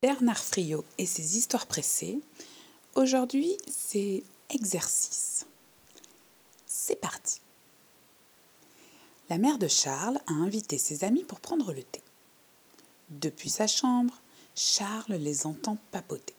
Bernard Friot et ses histoires pressées. Aujourd'hui, c'est exercice. C'est parti. La mère de Charles a invité ses amis pour prendre le thé. Depuis sa chambre, Charles les entend papoter.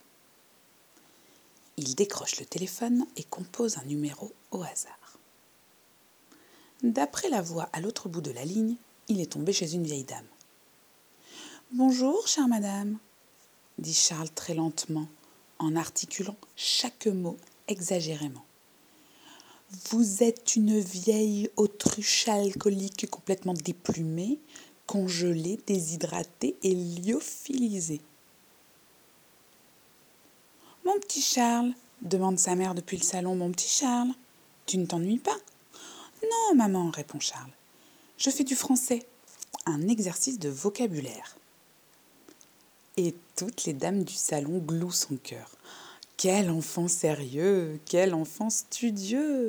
Il décroche le téléphone et compose un numéro au hasard. D'après la voix à l'autre bout de la ligne, il est tombé chez une vieille dame. « Bonjour, chère madame », dit Charles très lentement, en articulant chaque mot exagérément. « Vous êtes une vieille autruche alcoolique complètement déplumée, congelée, déshydratée et lyophilisée. »« Mon petit Charles, demande sa mère depuis le salon, mon petit Charles, tu ne t'ennuies pas ?»« Non, maman, répond Charles. Je fais du français, un exercice de vocabulaire. » Et toutes les dames du salon glouent son cœur. Quel enfant sérieux, quel enfant studieux!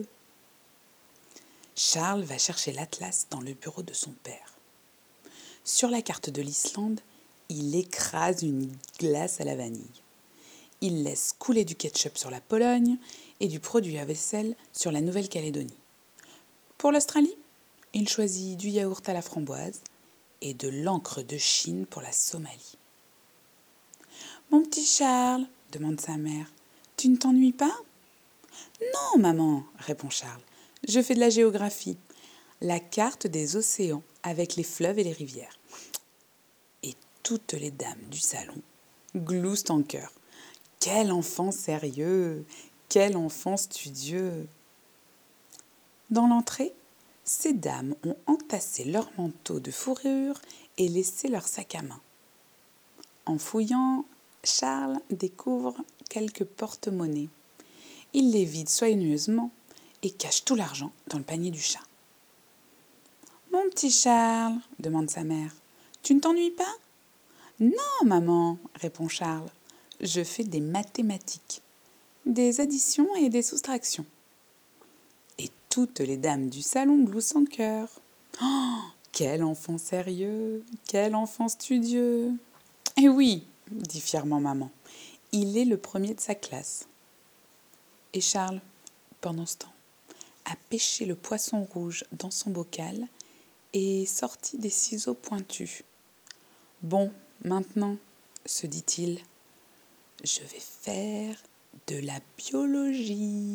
Charles va chercher l'atlas dans le bureau de son père. Sur la carte de l'Islande, il écrase une glace à la vanille. Il laisse couler du ketchup sur la Pologne et du produit à vaisselle sur la Nouvelle-Calédonie. Pour l'Australie, il choisit du yaourt à la framboise et de l'encre de Chine pour la Somalie. « Mon petit Charles, demande sa mère, tu ne t'ennuies pas ?»« Non, maman, répond Charles, je fais de la géographie, la carte des océans avec les fleuves et les rivières. » Et toutes les dames du salon gloussent en chœur. Quel enfant sérieux, quel enfant studieux! Dans l'entrée, ces dames ont entassé leurs manteaux de fourrure et laissé leur sac à main. En fouillant, Charles découvre quelques porte-monnaies. Il les vide soigneusement et cache tout l'argent dans le panier du chat. « Mon petit Charles, demande sa mère, tu ne t'ennuies pas ?»« Non, maman, répond Charles, je fais des mathématiques, des additions et des soustractions. » Et toutes les dames du salon gloussent en chœur. Oh, quel enfant sérieux, quel enfant studieux! Eh oui, dit fièrement maman, il est le premier de sa classe. Et Charles, pendant ce temps, a pêché le poisson rouge dans son bocal et sorti des ciseaux pointus. « Bon, maintenant, se dit-il, je vais faire de la biologie. »